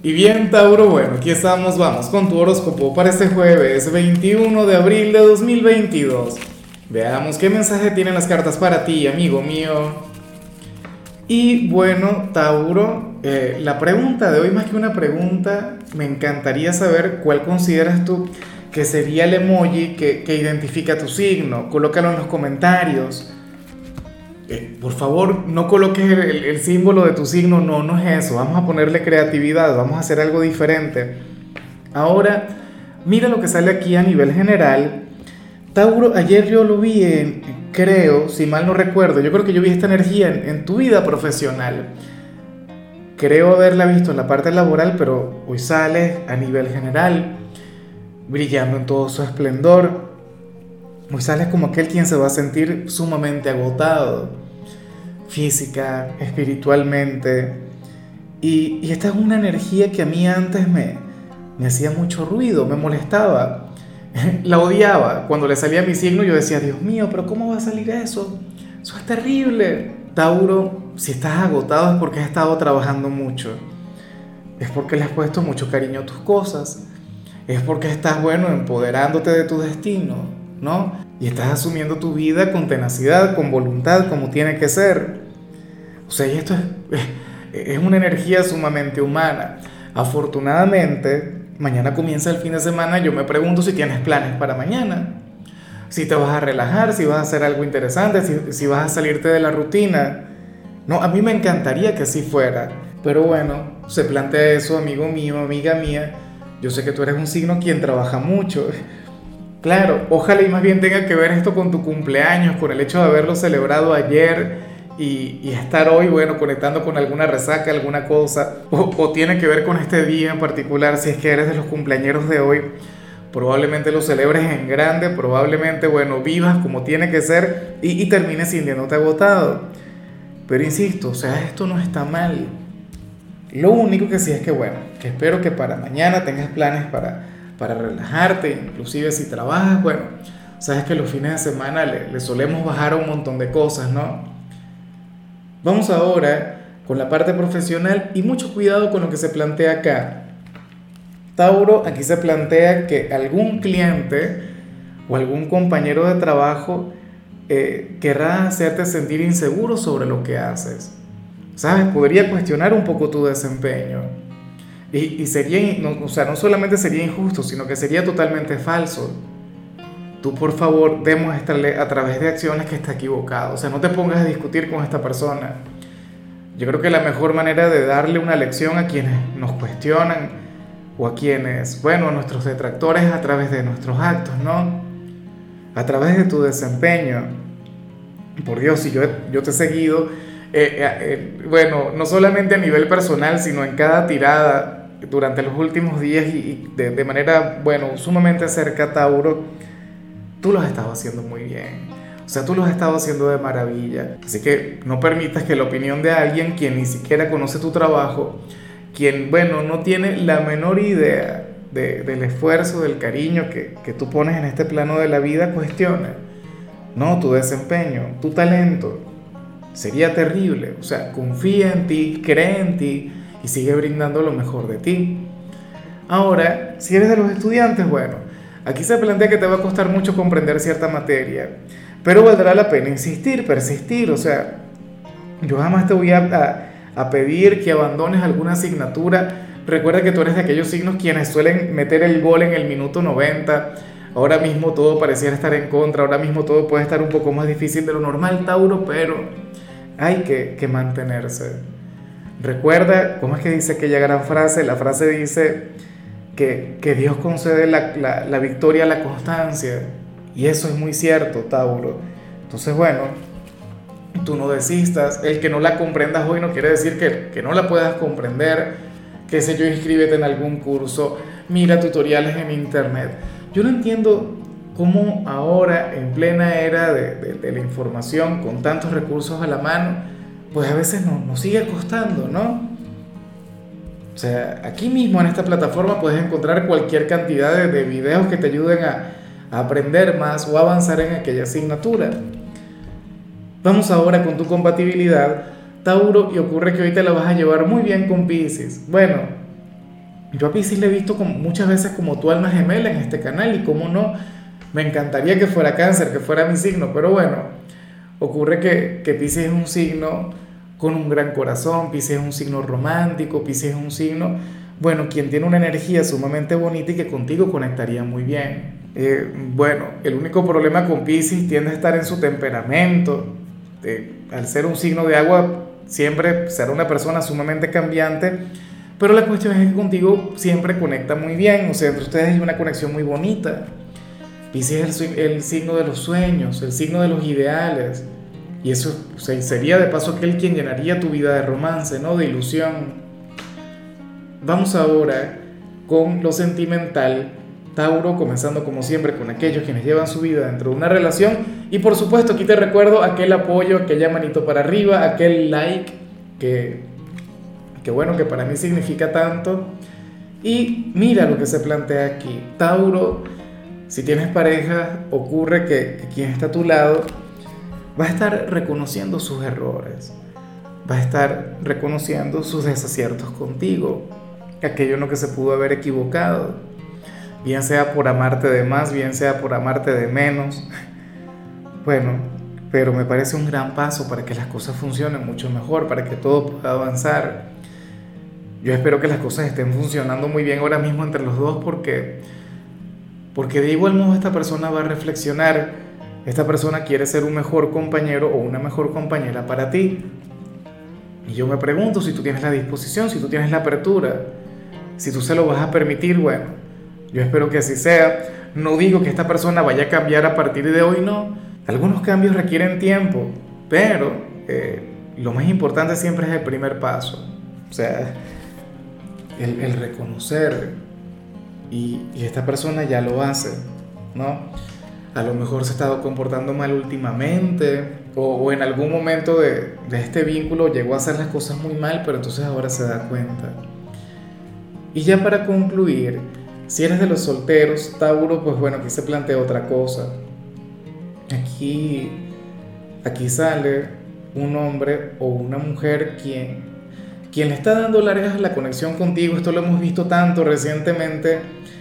Y bien, Tauro, bueno, aquí estamos, vamos con tu horóscopo para este jueves 21 de abril de 2022. Veamos qué mensaje tienen las cartas para ti, amigo mío. Y bueno, Tauro, la pregunta de hoy, más que una pregunta, me encantaría saber cuál consideras tú que sería el emoji que identifica tu signo. Colócalo en los comentarios. Por favor, no coloques el símbolo de tu signo, no, no es eso. Vamos a ponerle creatividad, vamos a hacer algo diferente. Ahora, mira lo que sale aquí a nivel general. Tauro, ayer yo lo vi creo, si mal no recuerdo, yo creo que yo vi esta energía en tu vida profesional. Creo haberla visto en la parte laboral, pero hoy sale a nivel general, brillando en todo su esplendor. Hoy sales como aquel quien se va a sentir sumamente agotado, física, espiritualmente. Y esta es una energía que a mí antes me hacía mucho ruido, me molestaba. La odiaba. Cuando le salía mi signo yo decía, Dios mío, pero ¿cómo va a salir eso? Eso es terrible. Tauro, si estás agotado es porque has estado trabajando mucho. Es porque le has puesto mucho cariño a tus cosas. Es porque estás, bueno, empoderándote de tu destino, ¿no? Y estás asumiendo tu vida con tenacidad, con voluntad, como tiene que ser. O sea, y esto es una energía sumamente humana. Afortunadamente, mañana comienza el fin de semana. Yo me pregunto si tienes planes para mañana. Si te vas a relajar, si vas a hacer algo interesante, si vas a salirte de la rutina. No, a mí me encantaría que así fuera. Pero bueno, se plantea eso, amigo mío, amiga mía. Yo sé que tú eres un signo quien trabaja mucho. Claro, ojalá y más bien tenga que ver esto con tu cumpleaños, con el hecho de haberlo celebrado ayer y estar hoy, bueno, conectando con alguna resaca, alguna cosa, o tiene que ver con este día en particular, si es que eres de los cumpleañeros de hoy, probablemente lo celebres en grande, probablemente, bueno, vivas como tiene que ser y termines sintiéndote agotado. Pero insisto, o sea, esto no está mal. Lo único que sí es que, bueno, que espero que para mañana tengas planes para relajarte, inclusive si trabajas, bueno, sabes que los fines de semana le solemos bajar a un montón de cosas, ¿no? Vamos ahora con la parte profesional y mucho cuidado con lo que se plantea acá. Tauro, aquí se plantea que algún cliente o algún compañero de trabajo querrá hacerte sentir inseguro sobre lo que haces. ¿Sabes? Podría cuestionar un poco tu desempeño. Y sería, no, o sea, no solamente sería injusto, sino que sería totalmente falso. Tú, por favor, demuéstrale a través de acciones que está equivocado. O sea, no te pongas a discutir con esta persona. Yo creo que la mejor manera de darle una lección a quienes nos cuestionan o a quienes, bueno, a nuestros detractores a través de nuestros actos, ¿no? A través de tu desempeño. Por Dios, si yo te he seguido, bueno, no solamente a nivel personal, sino en cada tirada durante los últimos días y de manera, bueno, sumamente cerca, Tauro, tú lo has estado haciendo muy bien. O sea, tú lo has estado haciendo de maravilla. Así que no permitas que la opinión de alguien quien ni siquiera conoce tu trabajo, quien, bueno, no tiene la menor idea del esfuerzo, del cariño que tú pones en este plano de la vida, cuestione, ¿no? Tu desempeño, tu talento. Sería terrible. O sea, confía en ti, cree en ti y sigue brindando lo mejor de ti. Ahora, si eres de los estudiantes, bueno, aquí se plantea que te va a costar mucho comprender cierta materia, pero valdrá la pena insistir, persistir. O sea, yo jamás te voy a pedir que abandones alguna asignatura. Recuerda que tú eres de aquellos signos quienes suelen meter el gol en el minuto 90. Ahora mismo todo pareciera estar en contra, ahora mismo todo puede estar un poco más difícil de lo normal, Tauro, pero hay que mantenerse. Recuerda, ¿cómo es que dice aquella gran frase? La frase dice que Dios concede la victoria a la constancia. Y eso es muy cierto, Tauro. Entonces, bueno, tú no desistas. El que no la comprendas hoy no quiere decir que no la puedas comprender. Qué sé yo, inscríbete en algún curso, mira tutoriales en internet. Yo no entiendo cómo ahora, en plena era de la información, con tantos recursos a la mano, pues a veces nos sigue costando, ¿no? O sea, aquí mismo en esta plataforma puedes encontrar cualquier cantidad de videos que te ayuden a aprender más o avanzar en aquella asignatura. Vamos ahora con tu compatibilidad, Tauro, y ocurre que hoy te la vas a llevar muy bien con Piscis. Bueno, Yo a Piscis le he visto como, muchas veces como tu alma gemela en este canal y cómo no, me encantaría que fuera Cáncer, que fuera mi signo, pero bueno, ocurre que Piscis es un signo con un gran corazón, Piscis es un signo romántico, Piscis es un signo, bueno, quien tiene una energía sumamente bonita y que contigo conectaría muy bien. Bueno, el único problema con Piscis tiende a estar en su temperamento. Al ser un signo de agua, siempre será una persona sumamente cambiante, pero la cuestión es que contigo siempre conecta muy bien, o sea, entre ustedes hay una conexión muy bonita. Piscis es el signo de los sueños, el signo de los ideales, y eso, o sea, sería de paso aquel quien llenaría tu vida de romance, ¿no? De ilusión. Vamos ahora con lo sentimental, Tauro, comenzando como siempre con aquellos quienes llevan su vida dentro de una relación. Y por supuesto, aquí te recuerdo aquel apoyo, aquella manito para arriba, aquel like que bueno, que para mí significa tanto. Y mira lo que se plantea aquí. Tauro, si tienes pareja, ocurre que quien está a tu lado va a estar reconociendo sus errores, va a estar reconociendo sus desaciertos contigo, aquello en lo que se pudo haber equivocado, bien sea por amarte de más, bien sea por amarte de menos. Bueno, pero me parece un gran paso para que las cosas funcionen mucho mejor, para que todo pueda avanzar. Yo espero que las cosas estén funcionando muy bien ahora mismo entre los dos, porque de igual modo esta persona va a reflexionar, esta persona quiere ser un mejor compañero o una mejor compañera para ti. Y yo me pregunto si tú tienes la disposición, si tú tienes la apertura, si tú se lo vas a permitir. Bueno, yo espero que así sea. No digo que esta persona vaya a cambiar a partir de hoy, no. Algunos cambios requieren tiempo, pero lo más importante siempre es el primer paso. O sea, el reconocer, y esta persona ya lo hace, ¿no? A lo mejor se ha estado comportando mal últimamente, o en algún momento de este vínculo llegó a hacer las cosas muy mal, pero entonces ahora se da cuenta. Y ya para concluir, si eres de los solteros, Tauro, pues bueno, aquí se plantea otra cosa. Aquí sale un hombre o una mujer quien le está dando largas a la conexión contigo. Esto lo hemos visto tanto recientemente.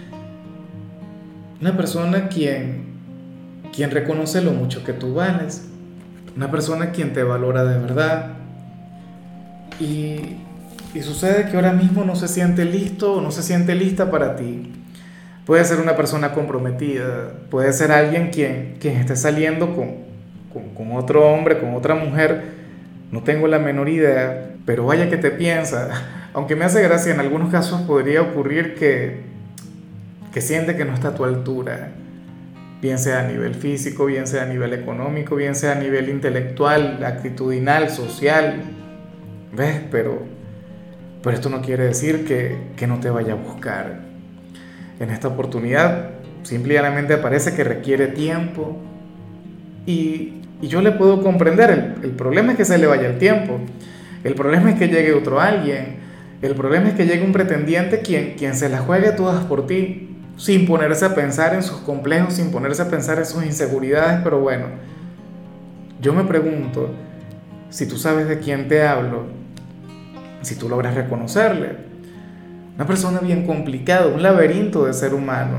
Una persona quien reconoce lo mucho que tú vales. Una persona quien te valora de verdad. Y sucede que ahora mismo no se siente listo o no se siente lista para ti. Puede ser una persona comprometida, puede ser alguien quien esté saliendo con otro hombre, con otra mujer. No tengo la menor idea, pero vaya que te piensa. Aunque me hace gracia, en algunos casos podría ocurrir que siente que no está a tu altura, bien sea a nivel físico, bien sea a nivel económico, bien sea a nivel intelectual, actitudinal, social. ¿Ves? Pero esto no quiere decir que no te vaya a buscar. En esta oportunidad simplemente parece que requiere tiempo, y yo le puedo comprender. El problema es que se le vaya el tiempo, el problema es que llegue otro alguien, el problema es que llegue un pretendiente quien se la juegue todas por ti, sin ponerse a pensar en sus complejos, sin ponerse a pensar en sus inseguridades. Pero bueno, yo me pregunto si tú sabes de quién te hablo, si tú logras reconocerle. Una persona bien complicada, un laberinto de ser humano.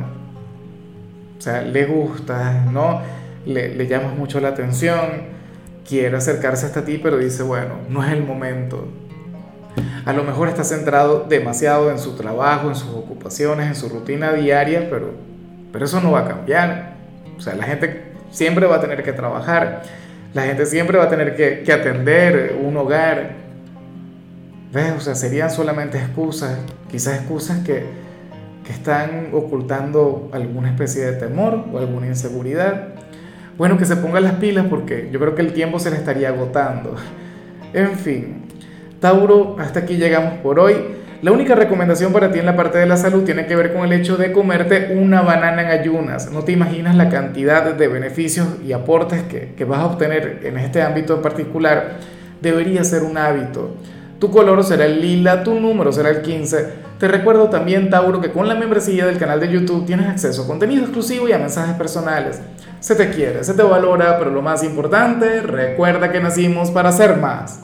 O sea, le gusta, ¿no? Le llamas mucho la atención, quiere acercarse hasta ti, pero dice, bueno, no es el momento. A lo mejor está centrado demasiado en su trabajo, en sus ocupaciones, en su rutina diaria, pero eso no va a cambiar. O sea, la gente siempre va a tener que trabajar, la gente siempre va a tener que atender un hogar. ¿Ves? O sea, serían solamente excusas, quizás excusas que están ocultando alguna especie de temor o alguna inseguridad. Bueno, que se ponga las pilas, porque yo creo que el tiempo se le estaría agotando. En fin, Tauro, hasta aquí llegamos por hoy. La única recomendación para ti en la parte de la salud tiene que ver con el hecho de comerte una banana en ayunas. No te imaginas la cantidad de beneficios y aportes que vas a obtener en este ámbito en particular. Debería ser un hábito. Tu color será el lila, tu número será el 15. Te recuerdo también, Tauro, que con la membresía del canal de YouTube tienes acceso a contenido exclusivo y a mensajes personales. Se te quiere, se te valora, pero lo más importante, recuerda que nacimos para ser más.